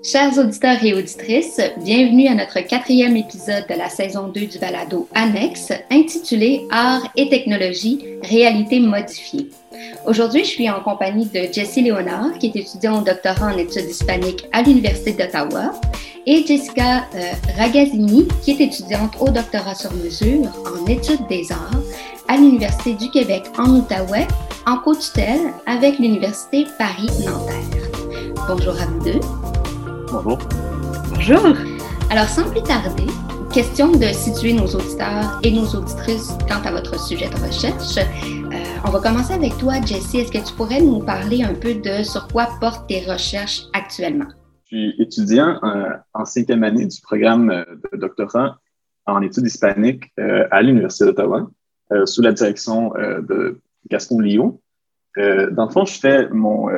Chers auditeurs et auditrices, bienvenue à notre quatrième épisode de la saison 2 du balado Annexe, intitulé Art et technologie, réalité modifiée. Aujourd'hui, je suis en compagnie de Jessie Léonard, qui est étudiante au doctorat en études hispaniques à l'Université d'Ottawa, et Jessica Ragazzini, qui est étudiante au doctorat sur mesure en études des arts à l'Université du Québec en Outaouais, en co-tutelle avec l'Université Paris-Nanterre. Bonjour à vous deux. Bonjour. Bonjour. Alors, sans plus tarder, question de situer nos auditeurs et nos auditrices quant à votre sujet de recherche. On va commencer avec toi, Jessie. Est-ce que tu pourrais nous parler un peu de sur quoi portent tes recherches actuellement? Je suis étudiant en 5e année du programme de doctorat en études hispaniques à l'Université d'Ottawa, sous la direction de Gaston Liot. Dans le fond, je fais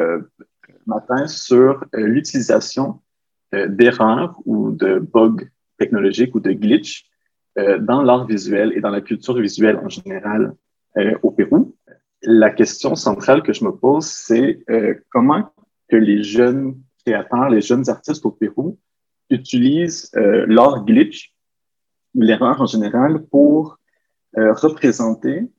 ma thèse sur l'utilisation d'erreurs ou de bugs technologiques ou de glitch dans l'art visuel et dans la culture visuelle en général au Pérou. La question centrale que je me pose, c'est comment que les jeunes créateurs, les jeunes artistes au Pérou utilisent l'art glitch, l'erreur en général, pour représenter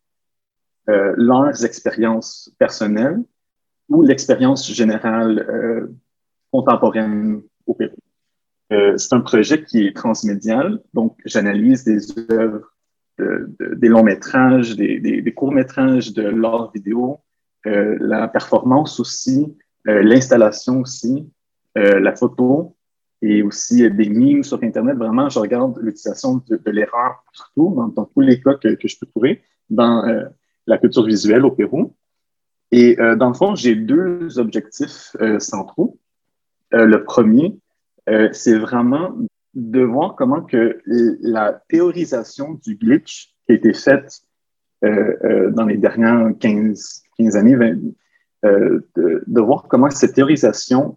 leurs expériences personnelles ou l'expérience générale contemporaine au Pérou. C'est un projet qui est transmédial, donc j'analyse des œuvres, des longs métrages, des courts métrages, de l'art vidéo, la performance aussi, l'installation aussi, la photo et aussi des memes sur Internet. Vraiment, je regarde l'utilisation de l'erreur partout, dans tous les cas que je peux trouver dans la culture visuelle au Pérou. Et dans le fond, j'ai deux objectifs centraux. Le premier, c'est vraiment de voir comment que la théorisation du glitch qui a été faite dans les dernières 15 années, de voir comment cette théorisation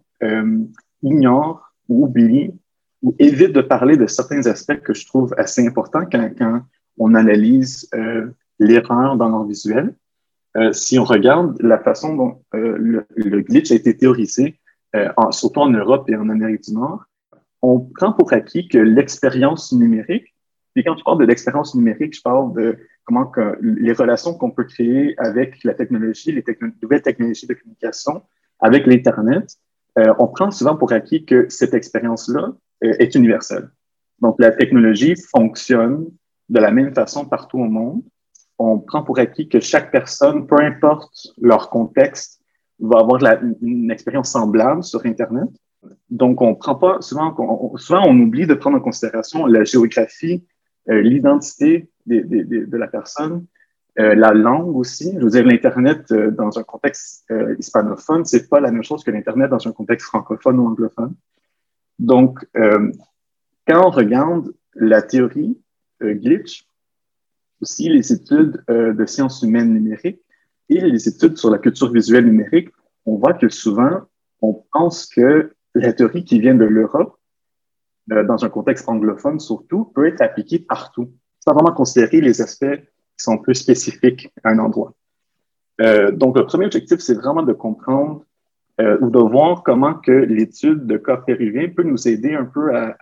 ignore ou oublie ou évite de parler de certains aspects que je trouve assez importants quand on analyse l'erreur dans l'art visuel. Si on regarde la façon dont le glitch a été théorisé, surtout en Europe et en Amérique du Nord, on prend pour acquis que l'expérience numérique, et quand je parle de l'expérience numérique, je parle de comment que les relations qu'on peut créer avec la technologie, les nouvelles technologies de communication, avec l'Internet, on prend souvent pour acquis que cette expérience-là est universelle. Donc, la technologie fonctionne de la même façon partout au monde. On prend pour acquis que chaque personne, peu importe leur contexte, va avoir une expérience semblable sur Internet. Donc, on prend pas souvent on oublie de prendre en considération la géographie, l'identité de la personne, la langue aussi. Je veux dire, l'Internet dans un contexte hispanophone, c'est pas la même chose que l'Internet dans un contexte francophone ou anglophone. Donc, quand on regarde la théorie glitch, aussi les études de sciences humaines numériques et les études sur la culture visuelle numérique, on voit que souvent, on pense que la théorie qui vient de l'Europe, dans un contexte anglophone surtout, peut être appliquée partout, sans vraiment considérer les aspects qui sont plus spécifiques à un endroit. Donc, le premier objectif, c'est vraiment de comprendre ou de voir comment que l'étude de cas péruviens peut nous aider un peu à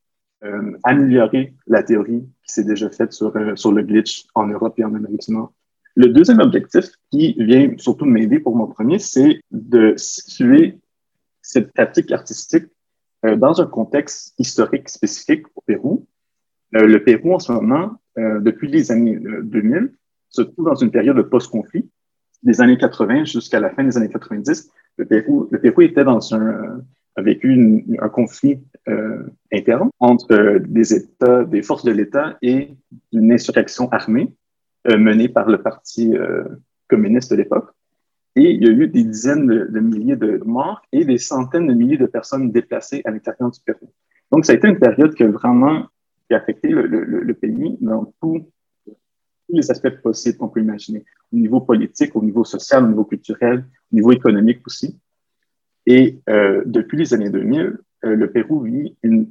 améliorer la théorie qui s'est déjà faite sur le glitch en Europe et en Amérique du Nord. Le deuxième objectif qui vient surtout de m'aider pour mon premier, c'est de situer cette pratique artistique dans un contexte historique spécifique au Pérou. Le Pérou, en ce moment, depuis les années 2000, se trouve dans une période de post-conflit, des années 80 jusqu'à la fin des années 90. Le Pérou était a vécu un conflit interne entre des forces de l'État et une insurrection armée menée par le Parti communiste de l'époque. Et il y a eu des dizaines de milliers de morts et des centaines de milliers de personnes déplacées à l'intérieur du Pérou. Donc, ça a été une période qui a affecté le pays dans tous les aspects possibles qu'on peut imaginer, au niveau politique, au niveau social, au niveau culturel, au niveau économique aussi. Et depuis les années 2000, le Pérou vit une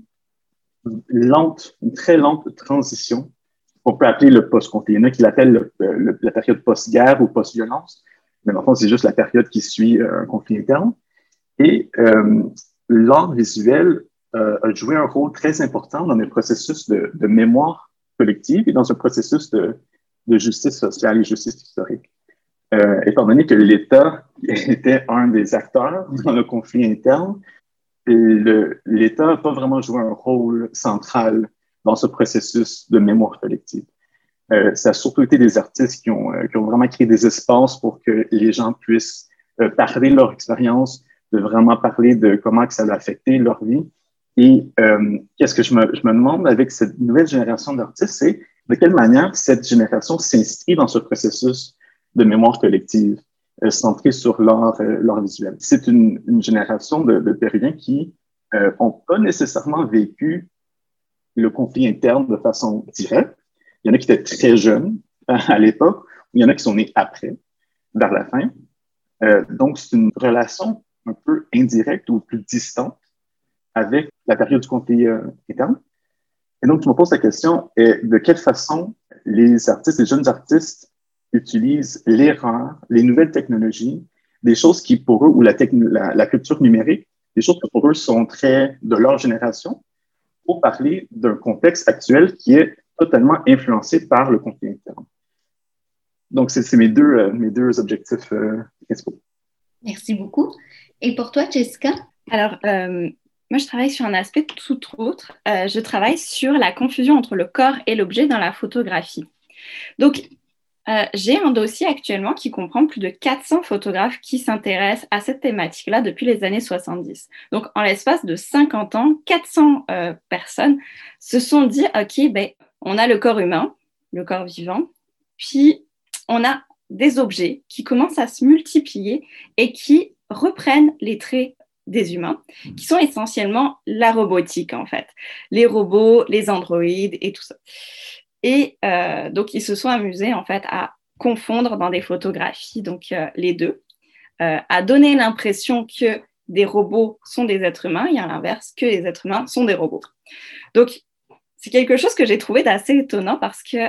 très lente transition qu'on peut appeler le post-conflit. Il y en a qui l'appellent la période post-guerre ou post-violence, mais en fait, c'est juste la période qui suit un conflit interne. Et l'art visuel a joué un rôle très important dans le processus de mémoire collective et dans un processus de justice sociale et justice historique. Étant donné que l'État était un des acteurs dans le conflit interne, l'État n'a pas vraiment joué un rôle central dans ce processus de mémoire collective. Ça a surtout été des artistes qui ont vraiment créé des espaces pour que les gens puissent parler de leur expérience, de vraiment parler de comment que ça a affecté leur vie. Et qu'est-ce que je me demande avec cette nouvelle génération d'artistes, c'est de quelle manière cette génération s'inscrit dans ce processus de mémoire collective, centré sur l'art visuel. C'est une génération de Péruviens qui n'ont pas nécessairement vécu le conflit interne de façon directe. Il y en a qui étaient très jeunes à l'époque, il y en a qui sont nés après, vers la fin. Donc, c'est une relation un peu indirecte ou plus distante avec la période du conflit interne. Et donc, je me pose la question, de quelle façon les artistes, les jeunes artistes utilisent l'erreur, les nouvelles technologies, des choses qui pour eux, ou la culture numérique, des choses qui pour eux sont très de leur génération, pour parler d'un contexte actuel qui est totalement influencé par le conflit interne. Donc, c'est mes deux objectifs principaux. Merci beaucoup. Et pour toi, Jessica? Alors, moi, je travaille sur un aspect tout autre. Je travaille sur la confusion entre le corps et l'objet dans la photographie. Donc, j'ai un dossier actuellement qui comprend plus de 400 photographes qui s'intéressent à cette thématique-là depuis les années 70. Donc, en l'espace de 50 ans, 400 personnes se sont dit, OK, on a le corps humain, le corps vivant, puis on a des objets qui commencent à se multiplier et qui reprennent les traits des humains, qui sont essentiellement la robotique, en fait. Les robots, les androïdes et tout ça. Et donc, ils se sont amusés, en fait, à confondre dans des photographies, donc les deux, à donner l'impression que des robots sont des êtres humains et à l'inverse, que les êtres humains sont des robots. Donc, c'est quelque chose que j'ai trouvé d'assez étonnant parce que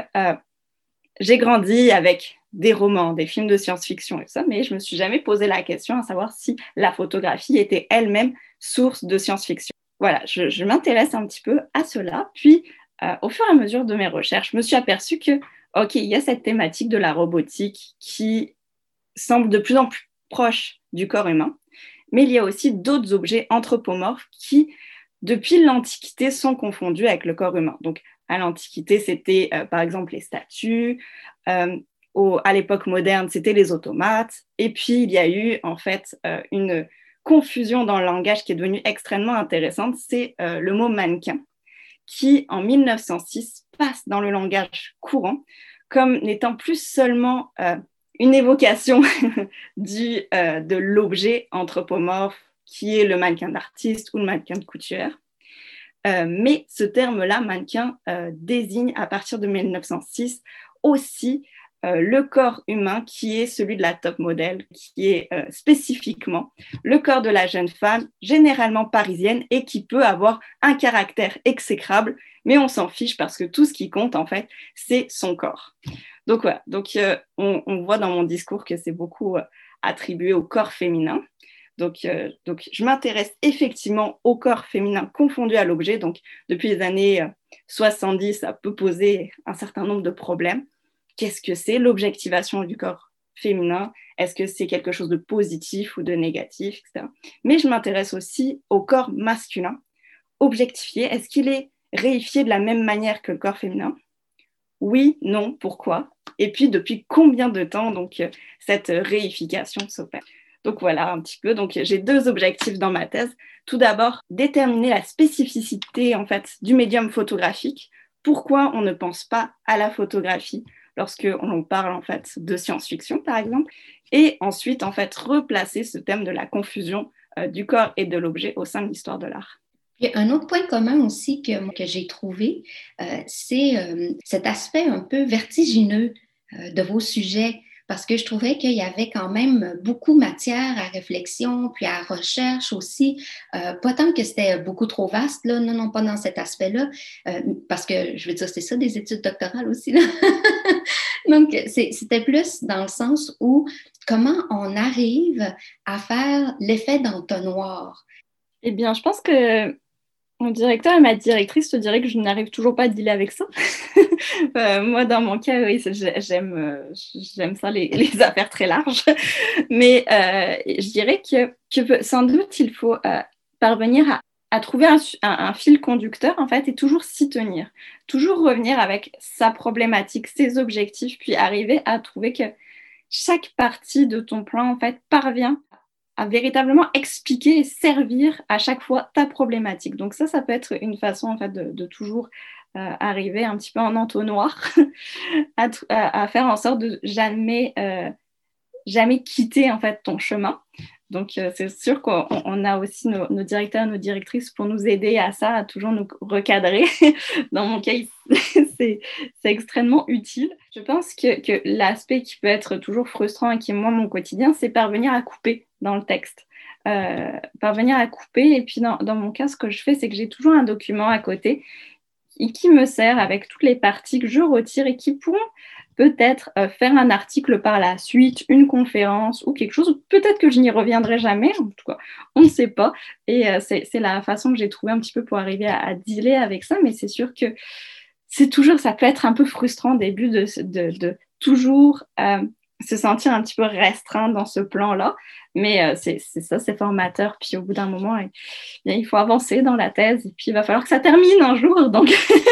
j'ai grandi avec des romans, des films de science-fiction et tout ça, mais je ne me suis jamais posé la question à savoir si la photographie était elle-même source de science-fiction. Voilà, je m'intéresse un petit peu à cela, puis au fur et à mesure de mes recherches, je me suis aperçue que, OK, il y a cette thématique de la robotique qui semble de plus en plus proche du corps humain, mais il y a aussi d'autres objets anthropomorphes qui, depuis l'Antiquité, sont confondus avec le corps humain. Donc, à l'Antiquité, c'était par exemple les statues, à l'époque moderne, c'était les automates, et puis il y a eu en fait une confusion dans le langage qui est devenue extrêmement intéressante, c'est le mot mannequin, qui, en 1906, passe dans le langage courant comme n'étant plus seulement une évocation de l'objet anthropomorphe qui est le mannequin d'artiste ou le mannequin de couturière. Mais ce terme-là, mannequin, désigne à partir de 1906 aussi le corps humain qui est celui de la top modèle, qui est spécifiquement le corps de la jeune femme, généralement parisienne, et qui peut avoir un caractère exécrable, mais on s'en fiche parce que tout ce qui compte, en fait, c'est son corps. Donc voilà, on voit dans mon discours que c'est beaucoup attribué au corps féminin. Donc, je m'intéresse effectivement au corps féminin confondu à l'objet. Donc, depuis les années 70, ça peut poser un certain nombre de problèmes. Qu'est-ce que c'est l'objectivation du corps féminin? Est-ce que c'est quelque chose de positif ou de négatif, etc. Mais je m'intéresse aussi au corps masculin. Objectifié, est-ce qu'il est réifié de la même manière que le corps féminin? Oui, non, pourquoi? Et puis, depuis combien de temps donc, cette réification s'opère? Donc voilà un petit peu. Donc j'ai deux objectifs dans ma thèse. Tout d'abord, déterminer la spécificité en fait du médium photographique. Pourquoi on ne pense pas à la photographie lorsque on parle en fait de science-fiction par exemple. Et ensuite en fait replacer ce thème de la confusion du corps et de l'objet au sein de l'histoire de l'art. Puis un autre point commun aussi que j'ai trouvé, c'est cet aspect un peu vertigineux de vos sujets. Parce que je trouvais qu'il y avait quand même beaucoup de matière à réflexion, puis à recherche aussi. Pas tant que c'était beaucoup trop vaste, là, non, pas dans cet aspect-là, parce que, je veux dire, c'est ça, des études doctorales aussi, là. Donc, c'était plus dans le sens où comment on arrive à faire l'effet d'entonnoir. Eh bien, je pense que mon directeur et ma directrice te diraient que je n'arrive toujours pas à dealer avec ça. Moi, dans mon cas, oui, j'aime ça, les affaires très larges. Mais je dirais que sans doute, il faut parvenir à trouver un fil conducteur, en fait, et toujours s'y tenir. Toujours revenir avec sa problématique, ses objectifs, puis arriver à trouver que chaque partie de ton plan, en fait, parvient à véritablement expliquer et servir à chaque fois ta problématique. Donc ça peut être une façon, en fait, de toujours arriver un petit peu en entonnoir à faire en sorte de jamais quitter, en fait, ton chemin. Donc, c'est sûr qu'on a aussi nos directeurs, nos directrices pour nous aider à ça, à toujours nous recadrer. Dans mon cas, c'est extrêmement utile. Je pense que l'aspect qui peut être toujours frustrant et qui est moi mon quotidien, c'est parvenir à couper dans le texte. Parvenir à couper. Et puis, dans mon cas, ce que je fais, c'est que j'ai toujours un document à côté et qui me sert avec toutes les parties que je retire et qui pourront peut-être faire un article par la suite, une conférence ou quelque chose. Peut-être que je n'y reviendrai jamais, en tout cas, on ne sait pas. Et c'est la façon que j'ai trouvée un petit peu pour arriver à dealer avec ça, mais c'est sûr que ça peut être un peu frustrant au début de toujours se sentir un petit peu restreint dans ce plan-là, mais c'est ça, c'est formateur. Puis au bout d'un moment, il faut avancer dans la thèse et puis il va falloir que ça termine un jour. Donc,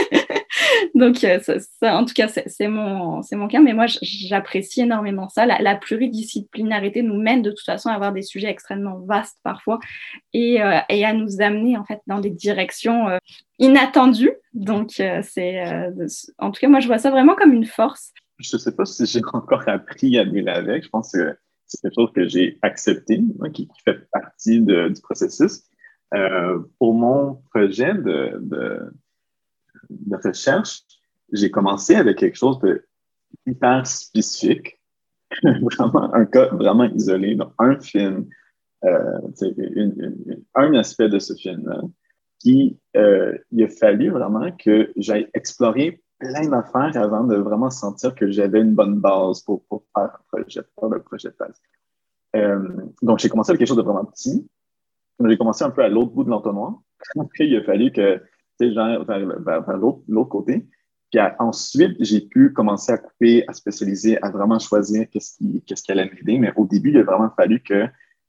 en tout cas, c'est mon cas, mais moi, j'apprécie énormément ça. La pluridisciplinarité nous mène de toute façon à avoir des sujets extrêmement vastes parfois et à nous amener en fait dans des directions inattendues. Donc, en tout cas, moi, je vois ça vraiment comme une force. Je ne sais pas si j'ai encore appris à dealer avec. Je pense que c'est quelque chose que j'ai accepté, hein, qui fait partie du processus. Pour mon projet de recherche, j'ai commencé avec quelque chose de hyper spécifique, vraiment un cas vraiment isolé, donc un film, un aspect de ce film-là, il a fallu vraiment que j'aille explorer plein d'affaires avant de vraiment sentir que j'avais une bonne base pour faire le projet de thèse. Donc, j'ai commencé avec quelque chose de vraiment petit. J'ai commencé un peu à l'autre bout de l'entonnoir. Après, il a fallu que, tu sais, genre, vers l'autre côté. Puis ensuite, j'ai pu commencer à couper, à spécialiser, à vraiment choisir qu'est-ce qui allait m'aider. Mais au début, il a vraiment fallu que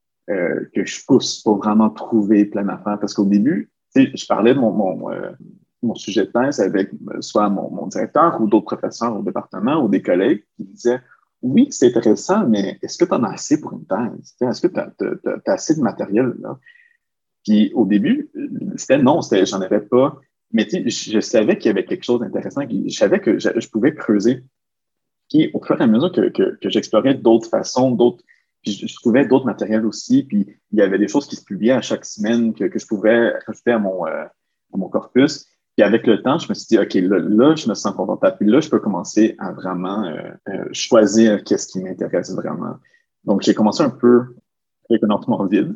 je pousse pour vraiment trouver plein d'affaires. Parce qu'au début, tu sais, je parlais de mon sujet de thèse avec soit mon directeur ou d'autres professeurs au département ou des collègues qui disaient oui, c'est intéressant, mais est-ce que tu en as assez pour une thèse? Est-ce que tu as assez de matériel là? Puis au début, c'était non, j'en avais pas. Mais tu sais, je savais qu'il y avait quelque chose d'intéressant. Je savais que je pouvais creuser. Puis au fur et à mesure que j'explorais d'autres façons, puis je trouvais d'autres matériels aussi. Puis il y avait des choses qui se publiaient à chaque semaine que je pouvais rajouter à mon corpus. Puis avec le temps, je me suis dit, OK, là je me sens confortable. Puis là, je peux commencer à vraiment choisir qu'est-ce qui m'intéresse vraiment. Donc, j'ai commencé un peu avec un entonnoir vide.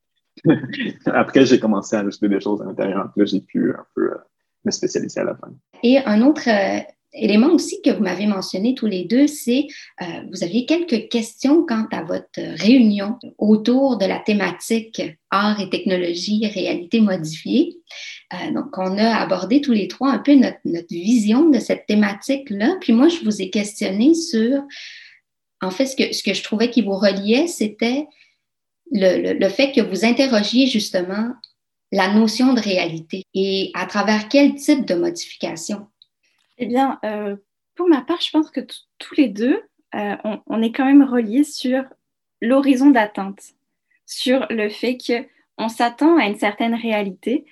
Après, j'ai commencé à ajouter des choses à l'intérieur. Là, j'ai pu un peu me spécialiser à la fin. Et un autre élément aussi que vous m'avez mentionné tous les deux, c'est vous aviez quelques questions quant à votre réunion autour de la thématique art et technologie, réalité modifiée. Donc, on a abordé tous les trois un peu notre vision de cette thématique-là. Puis moi, je vous ai questionné sur, en fait, ce que je trouvais qui vous reliait, c'était le fait que vous interrogiez justement la notion de réalité et à travers quel type de modification? Eh bien, pour ma part, je pense que tous les deux, on est quand même reliés sur l'horizon d'atteinte, sur le fait qu'on s'attend à une certaine réalité,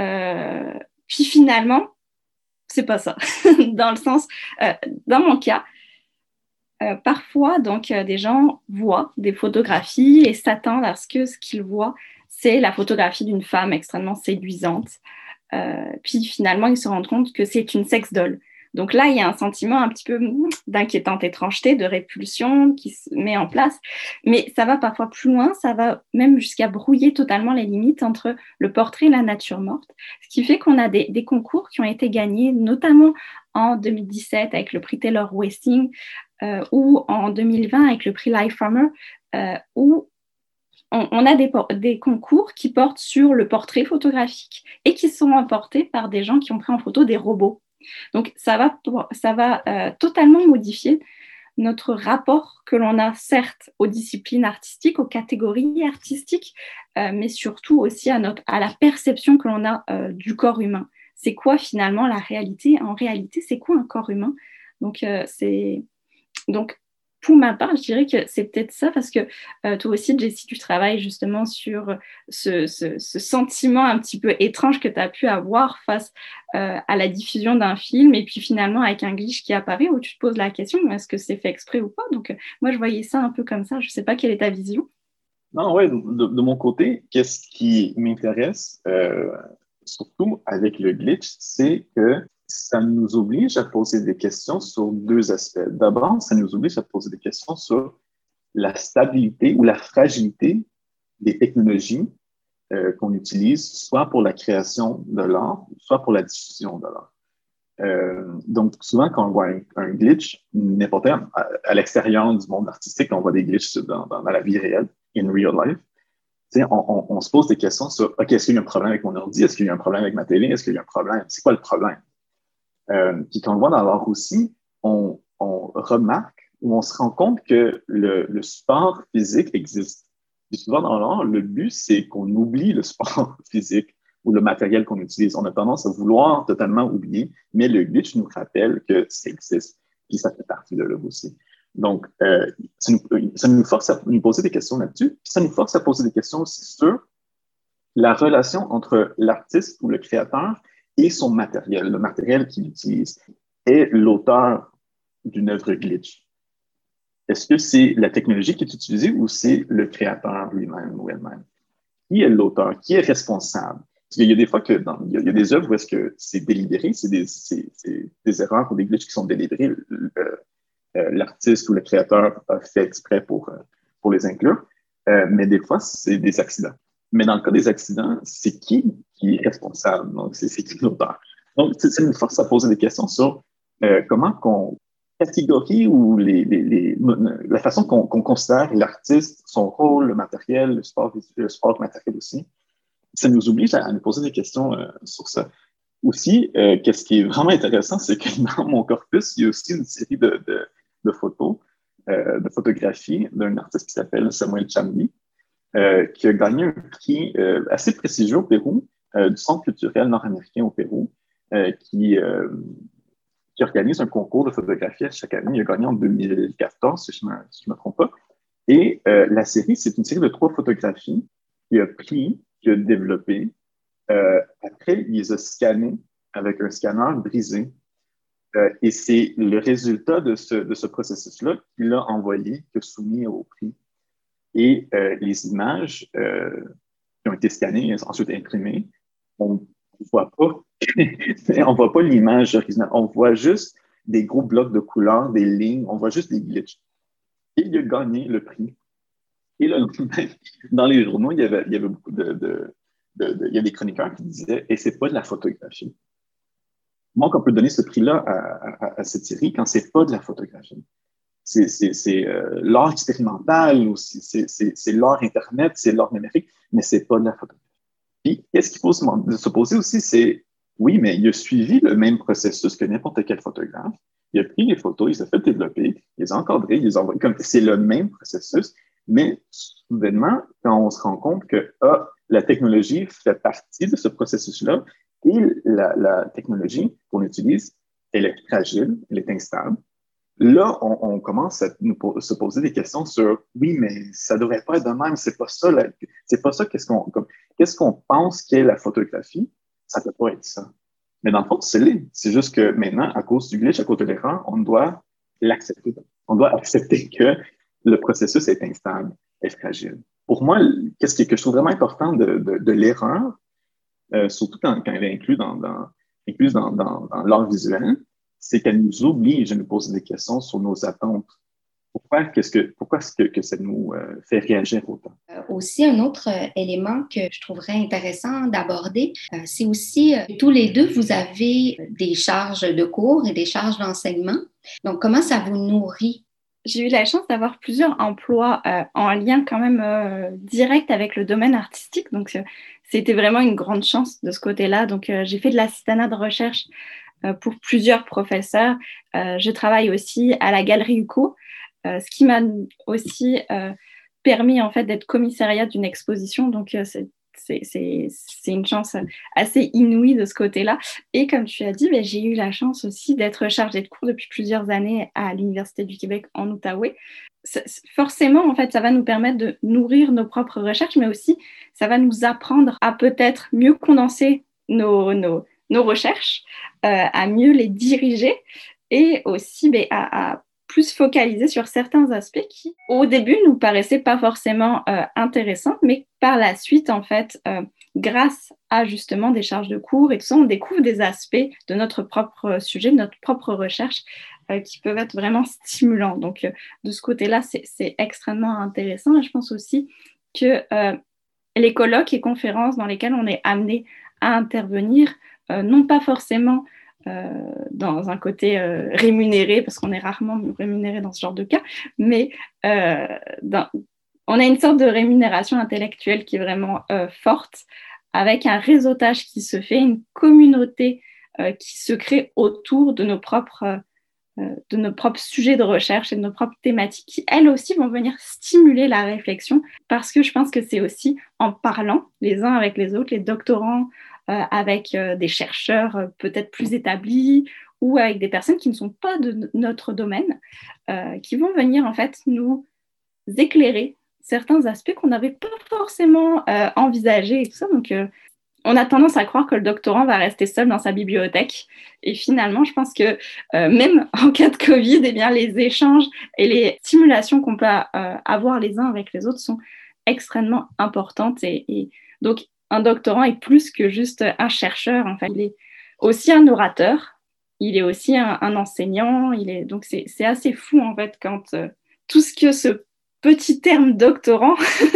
puis finalement, c'est pas ça. Dans le sens, dans mon cas, parfois, donc, des gens voient des photographies et s'attendent à ce qu'ils voient, c'est la photographie d'une femme extrêmement séduisante. Puis finalement, ils se rendent compte que c'est une sex doll. Donc là, il y a un sentiment un petit peu d'inquiétante étrangeté, de répulsion qui se met en place. Mais ça va parfois plus loin, ça va même jusqu'à brouiller totalement les limites entre le portrait et la nature morte. Ce qui fait qu'on a des concours qui ont été gagnés, notamment en 2017 avec le prix Taylor Wessing ou en 2020 avec le prix Life Farmer, où on a des concours qui portent sur le portrait photographique et qui sont remportés par des gens qui ont pris en photo des robots. Donc, ça va totalement modifier notre rapport que l'on a, certes, aux disciplines artistiques, aux catégories artistiques, mais surtout aussi à la perception que l'on a du corps humain. C'est quoi finalement la réalité? En réalité, c'est quoi un corps humain? Donc, pour ma part, je dirais que c'est peut-être ça, parce que toi aussi, Jessie, tu travailles justement sur ce sentiment un petit peu étrange que tu as pu avoir face à la diffusion d'un film, et puis finalement avec un glitch qui apparaît, où tu te poses la question, est-ce que c'est fait exprès ou pas? Donc moi, je voyais ça un peu comme ça. Je ne sais pas quelle est ta vision. Non, ouais, de mon côté, qu'est-ce qui m'intéresse, surtout avec le glitch, c'est que ça nous oblige à poser des questions sur deux aspects. D'abord, ça nous oblige à poser des questions sur la stabilité ou la fragilité des technologies qu'on utilise, soit pour la création de l'art, soit pour la diffusion de l'art. Donc, souvent, quand on voit un glitch, n'importe où, à l'extérieur du monde artistique, on voit des glitches dans la vie réelle, in real life. On se pose des questions sur, OK, est-ce qu'il y a un problème avec mon ordi? Est-ce qu'il y a un problème avec ma télé? Est-ce qu'il y a un problème? C'est quoi le problème? Puis quand on le voit dans l'art aussi, on remarque ou on se rend compte que le support physique existe. Puis souvent dans l'art, le but, c'est qu'on oublie le support physique ou le matériel qu'on utilise. On a tendance à vouloir totalement oublier, mais le glitch nous rappelle que ça existe, puis ça fait partie de l'œuvre aussi. Donc, ça nous force à nous poser des questions là-dessus, puis ça nous force à poser des questions aussi sur la relation entre l'artiste ou le créateur et son matériel, le matériel qu'il utilise. Est l'auteur d'une œuvre glitch? Est-ce que c'est la technologie qui est utilisée ou c'est le créateur lui-même ou elle-même? Qui est l'auteur? Qui est responsable? Parce qu'il y a des fois que il y a des œuvres où est-ce que c'est délibéré, c'est des erreurs ou des glitches qui sont délibérés. L'artiste ou le créateur a fait exprès pour les inclure. Mais des fois, c'est des accidents. Mais dans le cas des accidents, c'est qui est responsable? Donc, c'est qui l'auteur? Donc, c'est une force à poser des questions sur comment qu'on catégorie ou la façon qu'on considère l'artiste, son rôle, le matériel, le support matériel aussi. Ça nous oblige à nous poser des questions sur ça. Aussi, qu'est-ce qui est vraiment intéressant, c'est que dans mon corpus, il y a aussi une série de photos, de photographies d'un artiste qui s'appelle Samuel Chambi, qui a gagné un prix assez prestigieux au Pérou, du Centre culturel nord-américain au Pérou, qui organise un concours de photographie chaque année. Il a gagné en 2014, si je me trompe pas. Et la série, c'est une série de 3 photographies qu'il a pris, qu'il a développé. Après, il les a scannés avec un scanner brisé. Et c'est le résultat de ce processus-là qu'il a envoyé, qu'il a soumis au prix. Et les images qui ont été scannées et ensuite imprimées, on voit pas l'image originale. On voit juste des gros blocs de couleurs, des lignes, on voit juste des glitches. Et il a gagné le prix. Et là, dans les journaux, il y avait beaucoup il y a des chroniqueurs qui disaient « Et c'est pas de la photographie ». Comment on peut donner ce prix-là à cette série quand c'est pas de la photographie? C'est l'art expérimental, ou c'est l'art Internet, c'est l'art numérique, mais c'est pas de la photographie. Puis, qu'est-ce qu'il faut se poser aussi, c'est, oui, mais il a suivi le même processus que n'importe quel photographe. Il a pris les photos, il s'est fait développer, il les a encadrées, il les a envoyées, c'est le même processus, mais soudainement, quand on se rend compte que la technologie fait partie de ce processus-là, et la technologie qu'on utilise, elle est fragile, elle est instable, là, on commence à se poser des questions sur oui, mais ça ne devrait pas être de même, c'est pas ça, qu'est-ce qu'on pense qu'est la photographie? Ça ne peut pas être ça. Mais dans le fond, c'est juste que maintenant, à cause du glitch, à cause de l'erreur, on doit l'accepter. On doit accepter que le processus est instable, est fragile. Pour moi, qu'est-ce que je trouve vraiment important de l'erreur, surtout quand elle est incluse dans l'art visuel, c'est qu'elle nous oblige à nous poser des questions sur nos attentes. Pourquoi est-ce que ça nous fait réagir autant? Aussi, un autre élément que je trouverais intéressant d'aborder, c'est aussi, tous les deux, vous avez des charges de cours et des charges d'enseignement. Donc, comment ça vous nourrit J'ai eu la chance d'avoir plusieurs emplois en lien quand même direct avec le domaine artistique. Donc, c'était vraiment une grande chance de ce côté-là. Donc, j'ai fait de l'assistanat de recherche pour plusieurs professeurs. Je travaille aussi à la Galerie UCO, ce qui m'a aussi permis en fait d'être commissariat d'une exposition. Donc, c'est une chance assez inouïe de ce côté-là. Et comme tu as dit, j'ai eu la chance aussi d'être chargée de cours depuis plusieurs années à l'Université du Québec en Outaouais. Forcément, en fait, ça va nous permettre de nourrir nos propres recherches, mais aussi ça va nous apprendre à peut-être mieux condenser nos recherches, à mieux les diriger et aussi à plus focaliser sur certains aspects qui, au début, nous paraissaient pas forcément intéressants, mais par la suite, en fait, grâce à justement des charges de cours et tout ça, on découvre des aspects de notre propre sujet, de notre propre recherche qui peuvent être vraiment stimulants. Donc, de ce côté-là, c'est extrêmement intéressant. Et je pense aussi que les colloques et conférences dans lesquelles on est amené à intervenir, non pas forcément dans un côté rémunéré, parce qu'on est rarement rémunéré dans ce genre de cas, mais on a une sorte de rémunération intellectuelle qui est vraiment forte, avec un réseautage qui se fait, une communauté qui se crée autour de nos propres sujets de recherche et de nos propres thématiques qui, elles aussi, vont venir stimuler la réflexion parce que je pense que c'est aussi en parlant les uns avec les autres, les doctorants avec des chercheurs peut-être plus établis ou avec des personnes qui ne sont pas de notre domaine, qui vont venir en fait nous éclairer certains aspects qu'on n'avait pas forcément envisagés et tout ça. Donc, on a tendance à croire que le doctorant va rester seul dans sa bibliothèque. Et finalement, je pense que même en cas de Covid, eh bien, les échanges et les stimulations qu'on peut avoir les uns avec les autres sont extrêmement importantes. Et donc, un doctorant est plus que juste un chercheur. En fait. Il est aussi un orateur. Il est aussi un enseignant. Donc, c'est assez fou, en fait, quand tout ce que ce petit terme doctorant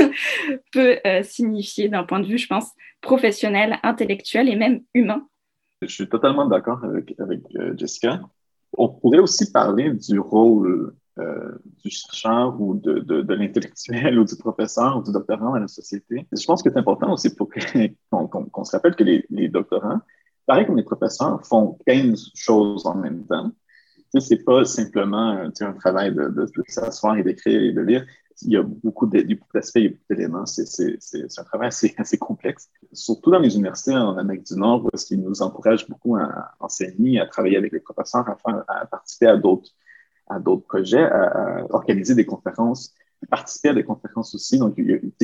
peut signifier d'un point de vue, je pense, professionnel, intellectuel et même humain. Je suis totalement d'accord avec Jessica. On pourrait aussi parler du rôle du chercheur ou de l'intellectuel ou du professeur ou du doctorant dans la société. Je pense que c'est important aussi pour qu'on se rappelle que les doctorants, pareil comme les professeurs, font 15 choses en même temps. C'est pas simplement un travail de s'asseoir et d'écrire et de lire. Il y a beaucoup d'aspects, il y a beaucoup d'éléments. C'est un travail assez complexe. Surtout dans les universités en Amérique du Nord, où est-ce qu'ils nous encouragent beaucoup à enseigner, à travailler avec les professeurs, à participer à d'autres projets, à organiser des conférences, à participer à des conférences aussi. Donc,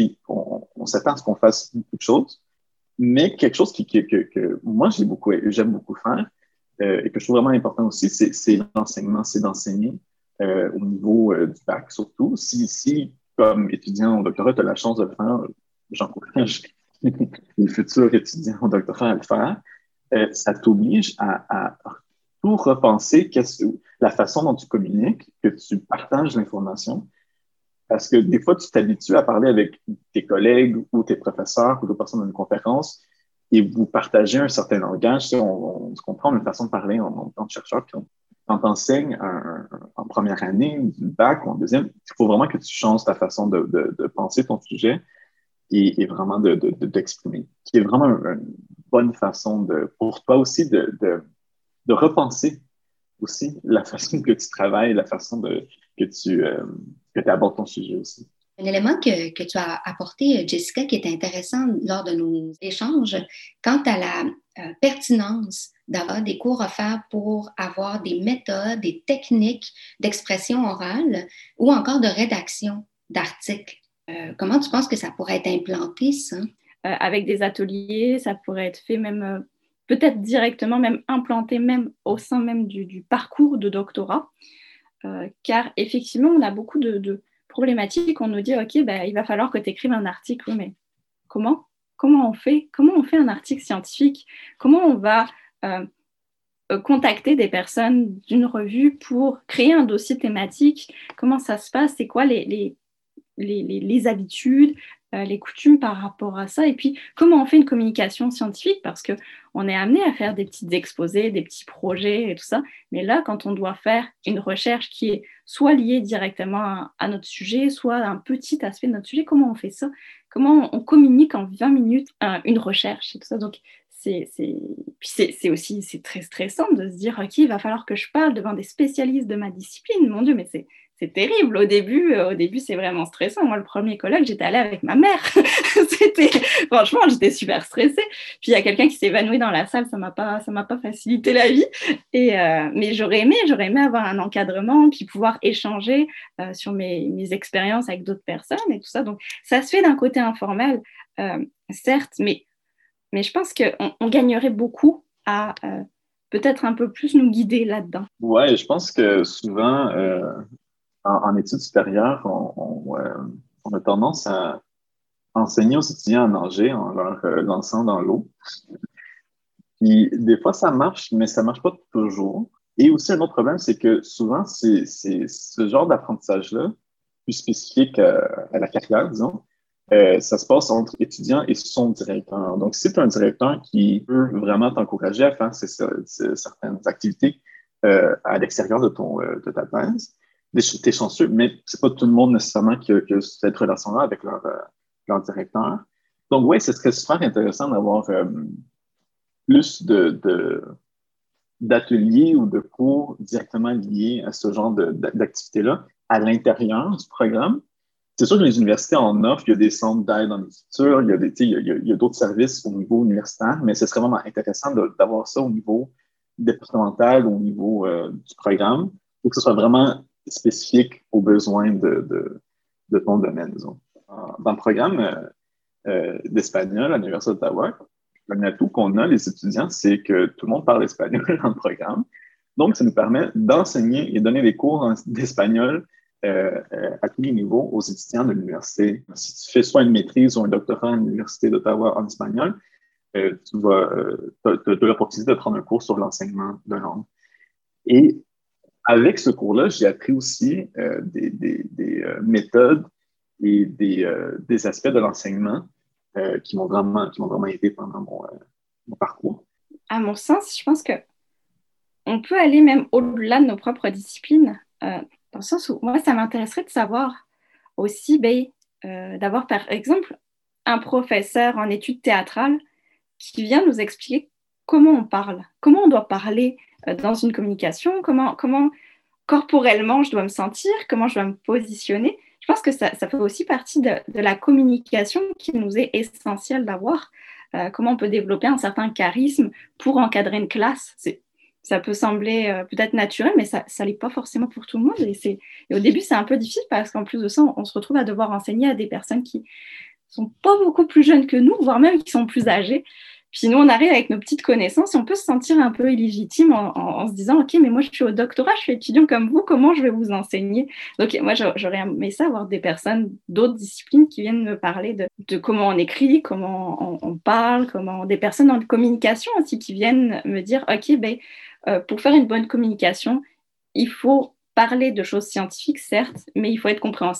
on s'attend à ce qu'on fasse beaucoup de choses. Mais quelque chose que moi, j'aime beaucoup faire, et que je trouve vraiment important aussi, c'est l'enseignement, c'est d'enseigner au niveau du bac surtout. Si, comme étudiant au doctorat, tu as la chance de le faire, j'encourage les futurs étudiants au doctorat à le faire, ça t'oblige à tout repenser la façon dont tu communiques, que tu partages l'information. Parce que des fois, tu t'habitues à parler avec tes collègues ou tes professeurs ou d'autres personnes dans une conférence et vous partagez un certain langage. On se comprend une façon de parler en tant que chercheur. Puis quand tu enseignes en première année, du bac ou en deuxième, il faut vraiment que tu changes ta façon de penser ton sujet et vraiment de t'exprimer. Qui est vraiment une bonne façon pour toi aussi de repenser aussi la façon que tu travailles, la façon que tu abordes ton sujet aussi. Un élément que tu as apporté, Jessica, qui est intéressant lors de nos échanges, quant à la pertinence d'avoir des cours offerts pour avoir des méthodes, des techniques d'expression orale ou encore de rédaction d'articles. Comment tu penses que ça pourrait être implanté, ça? Avec des ateliers, ça pourrait être fait même peut-être directement, même implanté même au sein même du parcours de doctorat. Car effectivement, on a beaucoup de problématiques. On nous dit, OK, il va falloir que tu écrives un article. Oui, mais comment on fait un article scientifique? Comment on va contacter des personnes d'une revue pour créer un dossier thématique? Comment ça se passe? C'est quoi les habitudes? les coutumes par rapport à ça, et puis comment on fait une communication scientifique, parce qu'on est amené à faire des petits exposés, des petits projets et tout ça, mais là, quand on doit faire une recherche qui est soit liée directement à notre sujet, soit un petit aspect de notre sujet, comment on fait ça? Comment on communique en 20 minutes une recherche et tout ça? Donc, c'est aussi c'est très stressant de se dire, OK, il va falloir que je parle devant des spécialistes de ma discipline. Mon Dieu, mais c'est terrible. Au début, c'est vraiment stressant. Moi, le premier colloque, j'étais allée avec ma mère. Franchement, j'étais super stressée. Puis, il y a quelqu'un qui s'est évanoui dans la salle. Ça m'a pas facilité la vie. Mais j'aurais aimé avoir un encadrement, puis pouvoir échanger sur mes expériences avec d'autres personnes et tout ça. Donc, ça se fait d'un côté informel, certes, mais je pense qu'on gagnerait beaucoup à peut-être un peu plus nous guider là-dedans. Ouais, je pense que souvent, en études supérieures, on a tendance à enseigner aux étudiants à nager en leur lançant dans l'eau. Puis des fois, ça marche, mais ça marche pas toujours. Et aussi, un autre problème, c'est que souvent, c'est ce genre d'apprentissage-là, plus spécifique à la carrière, disons, ça se passe entre étudiants et son directeur. Donc, si tu as un directeur qui peut vraiment t'encourager à faire certaines activités à l'extérieur de ta thèse, t'es chanceux, mais c'est pas tout le monde nécessairement qui a cette relation-là avec leur directeur. Donc, oui, ce serait super intéressant d'avoir plus d'ateliers ou de cours directement liés à ce genre d'activité-là à l'intérieur du programme. C'est sûr que les universités en offrent, il y a des centres d'aide en écriture, il y a d'autres services au niveau universitaire, mais ce serait vraiment intéressant d'avoir ça au niveau départemental, au niveau du programme, pour que ce soit vraiment spécifique aux besoins de ton domaine, disons. Dans le programme d'espagnol à l'Université d'Ottawa, un atout qu'on a, les étudiants, c'est que tout le monde parle espagnol dans le programme. Donc, ça nous permet d'enseigner et donner des cours d'espagnol à tous les niveaux aux étudiants de l'université. Si tu fais soit une maîtrise ou un doctorat à l'Université d'Ottawa en espagnol, tu as l'opportunité de prendre un cours sur l'enseignement de langue. Et avec ce cours-là, j'ai appris aussi des méthodes et des aspects de l'enseignement qui m'ont vraiment aidé pendant mon parcours. À mon sens, je pense qu'on peut aller même au-delà de nos propres disciplines, dans le sens où moi, ça m'intéresserait de savoir aussi d'avoir, par exemple, un professeur en études théâtrales qui vient nous expliquer comment on parle, comment on doit parler dans une communication, comment corporellement je dois me sentir, comment je dois me positionner. Je pense que ça fait aussi partie de la communication qui nous est essentielle d'avoir. Comment on peut développer un certain charisme pour encadrer une classe. Ça peut sembler peut-être naturel, mais ça ne l'est pas forcément pour tout le monde. Et au début, c'est un peu difficile parce qu'en plus de ça, on se retrouve à devoir enseigner à des personnes qui sont pas beaucoup plus jeunes que nous, voire même qui sont plus âgées. Puis nous, on arrive avec nos petites connaissances et on peut se sentir un peu illégitime en se disant « Ok, mais moi, je suis au doctorat, je suis étudiant comme vous, comment je vais vous enseigner ?» Donc, moi, j'aurais aimé ça, avoir des personnes d'autres disciplines qui viennent me parler de comment on écrit, comment on parle, des personnes en communication aussi qui viennent me dire « Ok, pour faire une bonne communication, il faut parler de choses scientifiques, certes, mais il faut être compréhensible. »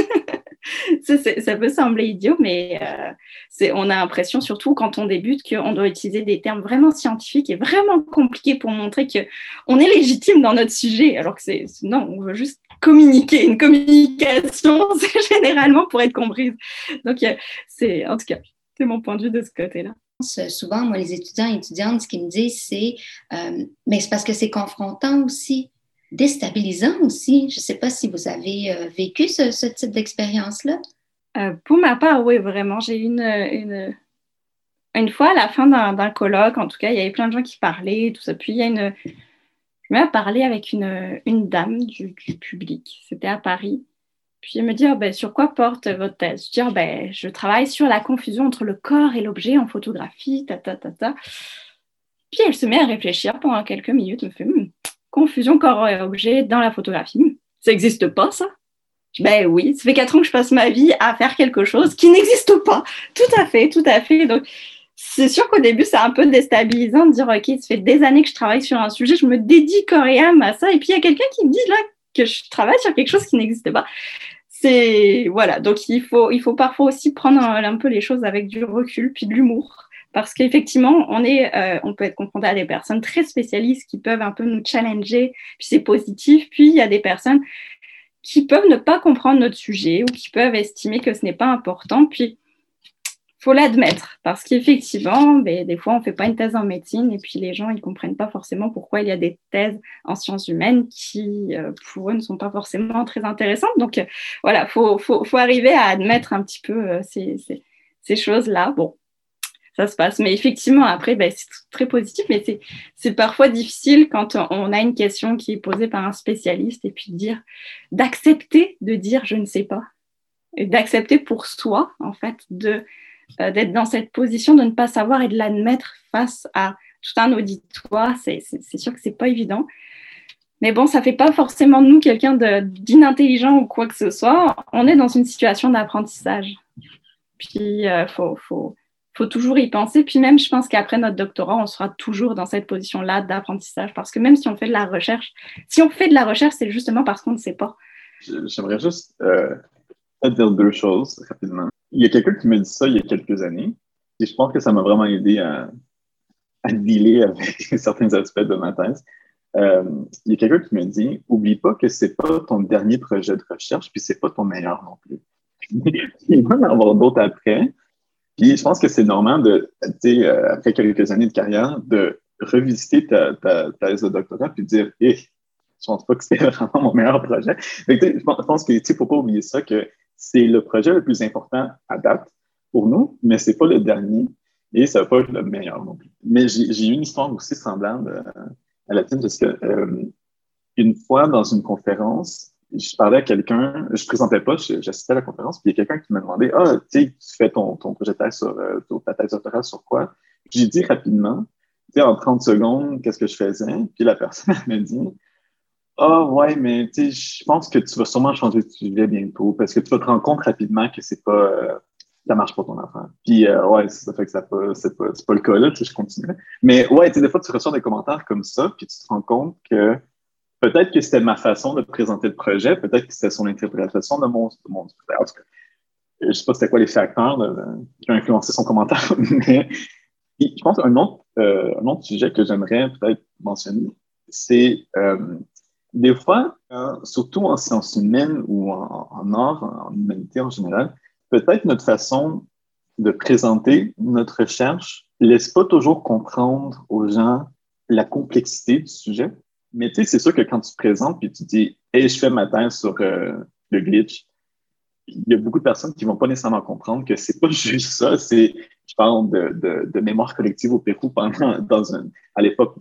Ça peut sembler idiot, mais on a l'impression, surtout quand on débute, qu'on doit utiliser des termes vraiment scientifiques et vraiment compliqués pour montrer qu'on est légitime dans notre sujet, alors que non, on veut juste communiquer. Une communication, c'est généralement pour être comprise. Donc, en tout cas, c'est mon point de vue de ce côté-là. Souvent, moi, les étudiants et étudiantes, ce qu'ils me disent, c'est mais c'est parce que c'est confrontant aussi, déstabilisant aussi. Je ne sais pas si vous avez vécu ce type d'expérience-là. Pour ma part, oui, vraiment. J'ai eu une fois, à la fin d'un colloque, en tout cas, il y avait plein de gens qui parlaient, tout ça. Puis, je me mets à parler avec une dame du public. C'était à Paris. Puis, elle me dit sur quoi porte votre thèse? Je dis je travaille sur la confusion entre le corps et l'objet en photographie, Puis, elle se met à réfléchir pendant quelques minutes. Elle me fait confusion corps et objet dans la photographie. Ça n'existe pas, ça? Oui, ça fait 4 ans que je passe ma vie à faire quelque chose qui n'existe pas. Tout à fait. Donc, c'est sûr qu'au début, c'est un peu déstabilisant de dire, OK, ça fait des années que je travaille sur un sujet, je me dédie corps et âme à ça. Et puis, il y a quelqu'un qui me dit là que je travaille sur quelque chose qui n'existe pas. voilà. Donc, il faut parfois aussi prendre un peu les choses avec du recul, puis de l'humour. Parce qu'effectivement, on peut être confronté à des personnes très spécialistes qui peuvent un peu nous challenger, puis c'est positif. Puis il y a des personnes qui peuvent ne pas comprendre notre sujet ou qui peuvent estimer que ce n'est pas important. Puis il faut l'admettre parce qu'effectivement, des fois, on ne fait pas une thèse en médecine et puis les gens, ils ne comprennent pas forcément pourquoi il y a des thèses en sciences humaines qui, pour eux, ne sont pas forcément très intéressantes. Donc, voilà, faut arriver à admettre un petit peu ces choses-là. Bon, ça se passe. Mais effectivement, après, c'est très positif, mais c'est parfois difficile quand on a une question qui est posée par un spécialiste et puis d'accepter de dire « je ne sais pas » et d'accepter pour soi, en fait, d'être dans cette position de ne pas savoir et de l'admettre face à tout un auditoire. C'est sûr que c'est pas évident. Mais bon, ça fait pas forcément de nous quelqu'un d'inintelligent ou quoi que ce soit. On est dans une situation d'apprentissage. Puis, faut toujours y penser. Puis même, je pense qu'après notre doctorat, on sera toujours dans cette position-là d'apprentissage. Parce que même si on fait de la recherche, c'est justement parce qu'on ne sait pas. J'aimerais juste dire deux choses rapidement. Il y a quelqu'un qui m'a dit ça il y a quelques années. Et je pense que ça m'a vraiment aidé à dealer avec certains aspects de ma thèse. Il y a quelqu'un qui m'a dit « Oublie pas que c'est pas ton dernier projet de recherche, puis c'est pas ton meilleur non plus. » Il va y en avoir d'autres après. Puis je pense que c'est normal après quelques années de carrière, de revisiter ta thèse de doctorat puis de dire « je pense pas que c'était vraiment mon meilleur projet. » Je pense qu'il ne faut pas oublier ça, que c'est le projet le plus important à date pour nous, mais c'est pas le dernier et ça va pas être le meilleur non plus. Mais j'ai eu une histoire aussi semblable à la tienne, parce que une fois dans une conférence, je parlais à quelqu'un, je présentais pas, j'assistais à la conférence, puis il y a quelqu'un qui m'a demandé « Ah, tu fais ton projet de thèse sur ta thèse doctorale sur quoi? » J'ai dit rapidement, en 30 secondes, qu'est-ce que je faisais? Puis la personne m'a dit « Ah, ouais, mais je pense que tu vas sûrement changer de sujet bientôt, parce que tu vas te rendre compte rapidement que c'est pas... ça marche pas ton affaire. » Puis, ouais, ça fait que c'est pas le cas là, je continue. Mais ouais, des fois, tu reçois des commentaires comme ça, puis tu te rends compte que peut-être que c'était ma façon de présenter le projet, peut-être que c'était son interprétation de mon projet. En tout cas, je sais pas c'était quoi les facteurs qui ont influencé son commentaire, mais je pense qu'un autre sujet que j'aimerais peut-être mentionner, c'est des fois, surtout en sciences humaines ou en art, en humanité en général, peut-être notre façon de présenter notre recherche laisse pas toujours comprendre aux gens la complexité du sujet. Mais tu sais, c'est sûr que quand tu te présentes puis tu dis « Hey, je fais ma thèse sur le glitch », il y a beaucoup de personnes qui vont pas nécessairement comprendre que c'est pas juste ça. Je parle de mémoire collective au Pérou à l'époque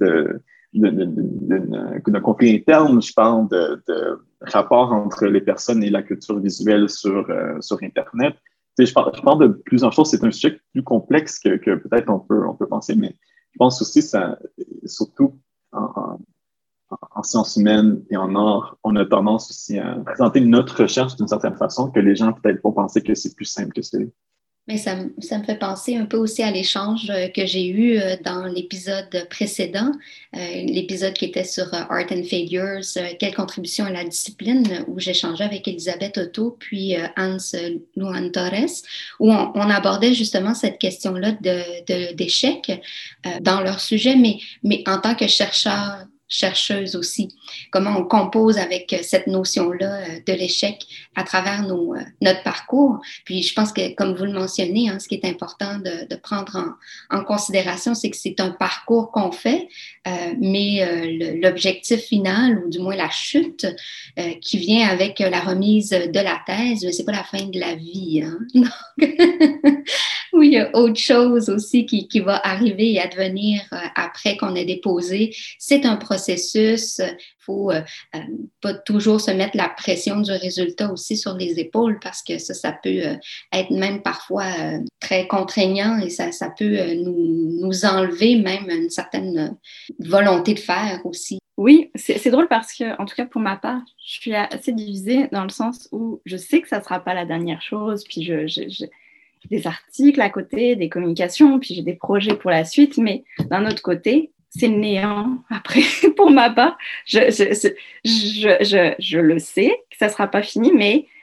d'un conflit interne. Je parle de rapport entre les personnes et la culture visuelle sur Internet. Tu sais, je parle de plusieurs choses. C'est un sujet plus complexe que peut-être on peut penser, mais je pense aussi ça, surtout en sciences humaines et en art, on a tendance aussi à présenter notre recherche d'une certaine façon que les gens peut-être vont penser que c'est plus simple que c'est. Mais ça me fait penser un peu aussi à l'échange que j'ai eu dans l'épisode précédent, l'épisode qui était sur Art and Failures, quelle contribution à la discipline, où j'échangeais avec Elisabeth Otto puis Hans Luan Torres, où on abordait justement cette question-là d'échec dans leur sujet, mais en tant que chercheuse aussi, comment on compose avec cette notion-là de l'échec à travers notre parcours. Puis je pense que, comme vous le mentionnez, ce qui est important de prendre en considération, c'est que c'est un parcours qu'on fait, mais l'objectif final, ou du moins la chute qui vient avec la remise de la thèse, c'est pas la fin de la vie. Donc, oui, il y a autre chose aussi qui va arriver et advenir après qu'on ait déposé. C'est un processus. Il faut pas toujours se mettre la pression du résultat aussi sur les épaules, parce que ça peut être même parfois très contraignant et ça peut nous enlever même une certaine volonté de faire aussi. Oui, c'est drôle parce que, en tout cas pour ma part, je suis assez divisée dans le sens où je sais que ça ne sera pas la dernière chose, puis j'ai des articles à côté, des communications, puis j'ai des projets pour la suite, mais d'un autre côté, c'est le néant. Après, pour ma part, je le sais que ça ne sera pas fini, mais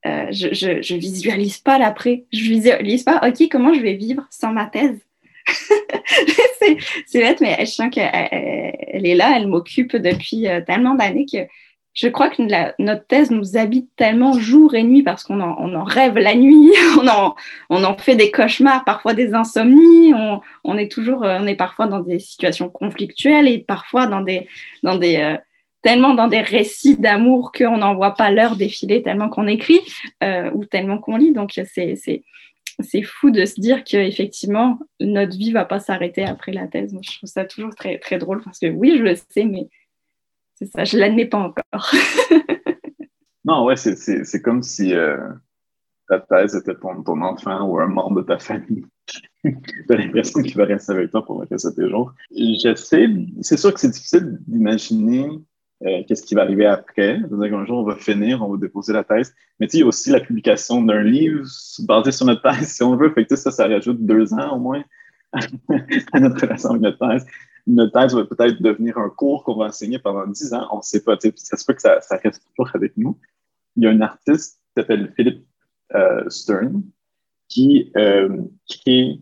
je visualise pas l'après. Je visualise pas, OK, comment je vais vivre sans ma thèse? c'est bête, mais je sens qu'elle est là, elle m'occupe depuis tellement d'années que je crois que notre thèse nous habite tellement jour et nuit parce qu'on en rêve la nuit, on en fait des cauchemars, parfois des insomnies, on est parfois dans des situations conflictuelles et parfois tellement dans des récits d'amour qu'on n'en voit pas l'heure défiler tellement qu'on écrit ou tellement qu'on lit. Donc, c'est fou de se dire qu'effectivement, notre vie ne va pas s'arrêter après la thèse. Moi, je trouve ça toujours très, très drôle parce que oui, je le sais, mais c'est ça, je ne l'admets pas encore. Non, ouais, c'est comme si ta thèse était ton enfant ou un membre de ta famille. Tu as l'impression qu'il va rester avec toi pour le reste de tes jours. C'est sûr que c'est difficile d'imaginer qu'est-ce qui va arriver après. C'est-à-dire qu'un jour, on va finir, on va déposer la thèse. Mais tu sais, il y a aussi la publication d'un livre basé sur notre thèse, si on veut. Fait que ça rajoute 2 ans au moins à notre relation avec notre thèse. Notre thèse va peut-être devenir un cours qu'on va enseigner pendant 10 ans. On ne sait pas. Ça se peut que ça reste toujours avec nous. Il y a un artiste qui s'appelle Philip Stern qui crée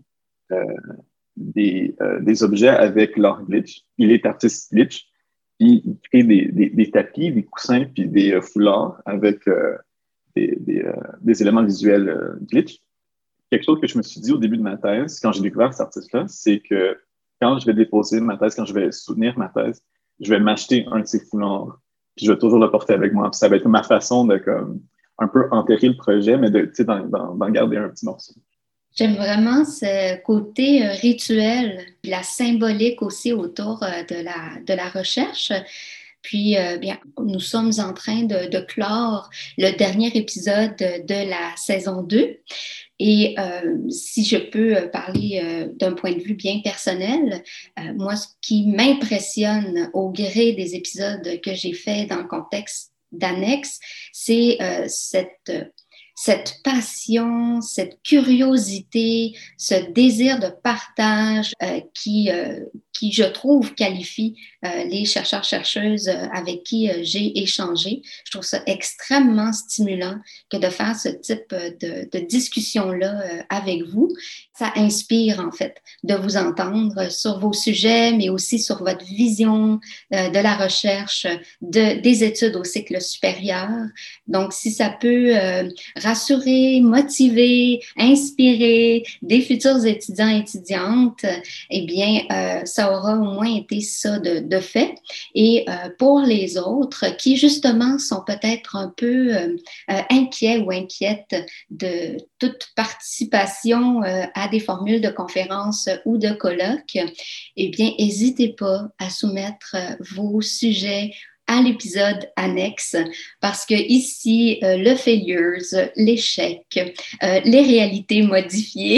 des objets avec leur glitch. Il est artiste glitch. Puis il crée des tapis, des coussins, puis des foulards avec des éléments visuels glitch. Quelque chose que je me suis dit au début de ma thèse, quand j'ai découvert cet artiste-là, c'est que quand je vais déposer ma thèse, quand je vais soutenir ma thèse, je vais m'acheter un de ces foulards, puis je vais toujours le porter avec moi. Puis ça va être ma façon de un peu enterrer le projet, mais d'en garder un petit morceau. J'aime vraiment ce côté rituel, la symbolique aussi autour de la recherche. Puis, bien, nous sommes en train de clore le dernier épisode de la saison 2. Et si je peux parler d'un point de vue bien personnel, moi, ce qui m'impressionne au gré des épisodes que j'ai faits dans le contexte d'Annex, c'est cette passion, cette curiosité, ce désir de partage qui, je trouve, qualifie les chercheurs-chercheuses avec qui j'ai échangé. Je trouve ça extrêmement stimulant que de faire ce type de discussion-là avec vous. Ça inspire, en fait, de vous entendre sur vos sujets, mais aussi sur votre vision de la recherche, des études au cycle supérieur. Donc, si ça peut rassurer, motiver, inspirer des futurs étudiants et étudiantes, eh bien, ça aura au moins été ça de fait. Et pour les autres qui, justement, sont peut-être un peu inquiets ou inquiètes de toute participation à des formules de conférences ou de colloques, eh bien, n'hésitez pas à soumettre vos sujets à l'épisode annexe, parce que ici, le failures, l'échec, les réalités modifiées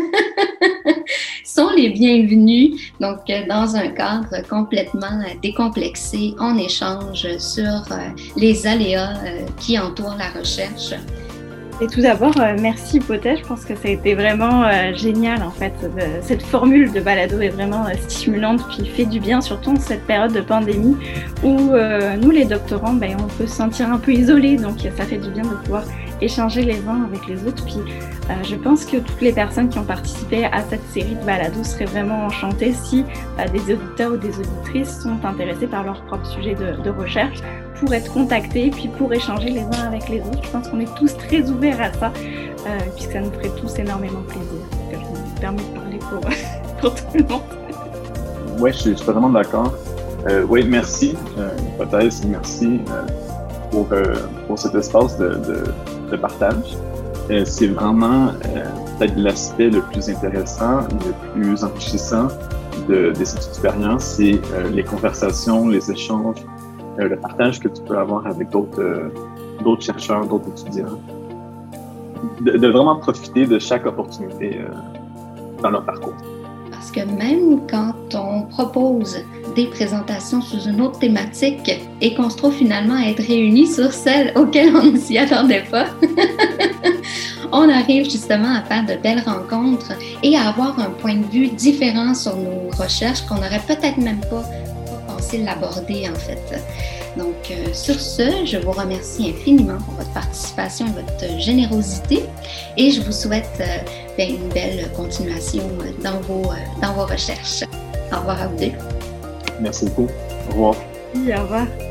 sont les bienvenus. Donc, dans un cadre complètement décomplexé, on échange sur les aléas qui entourent la recherche. Et tout d'abord, merci Hypothèse. Je pense que ça a été vraiment génial en fait. Cette formule de balado est vraiment stimulante puis fait du bien, surtout en cette période de pandémie où nous les doctorants, on peut se sentir un peu isolés. Donc ça fait du bien de pouvoir échanger les uns avec les autres. Puis je pense que toutes les personnes qui ont participé à cette série de balados seraient vraiment enchantées si des auditeurs ou des auditrices sont intéressés par leur propre sujet de recherche, pour être contactés, puis pour échanger les uns avec les autres. Je pense qu'on est tous très ouverts à ça, puisque ça nous ferait tous énormément plaisir. Je me permets de parler pour tout le monde. Oui, je suis vraiment d'accord. Oui, merci, Hypothèse, merci pour cet espace de partage. C'est vraiment peut-être l'aspect le plus intéressant, le plus enrichissant des études supérieures, c'est les conversations, les échanges, le partage que tu peux avoir avec d'autres chercheurs, d'autres étudiants. De vraiment profiter de chaque opportunité dans leur parcours. Parce que même quand on propose des présentations sous une autre thématique et qu'on se trouve finalement à être réunis sur celle auquel on ne s'y attendait pas, on arrive justement à faire de belles rencontres et à avoir un point de vue différent sur nos recherches qu'on n'aurait peut-être même pas pensé facile à aborder en fait. Donc, sur ce, je vous remercie infiniment pour votre participation, votre générosité et je vous souhaite une belle continuation dans vos recherches. Au revoir à vous deux. Merci beaucoup. Au revoir. Oui, au revoir.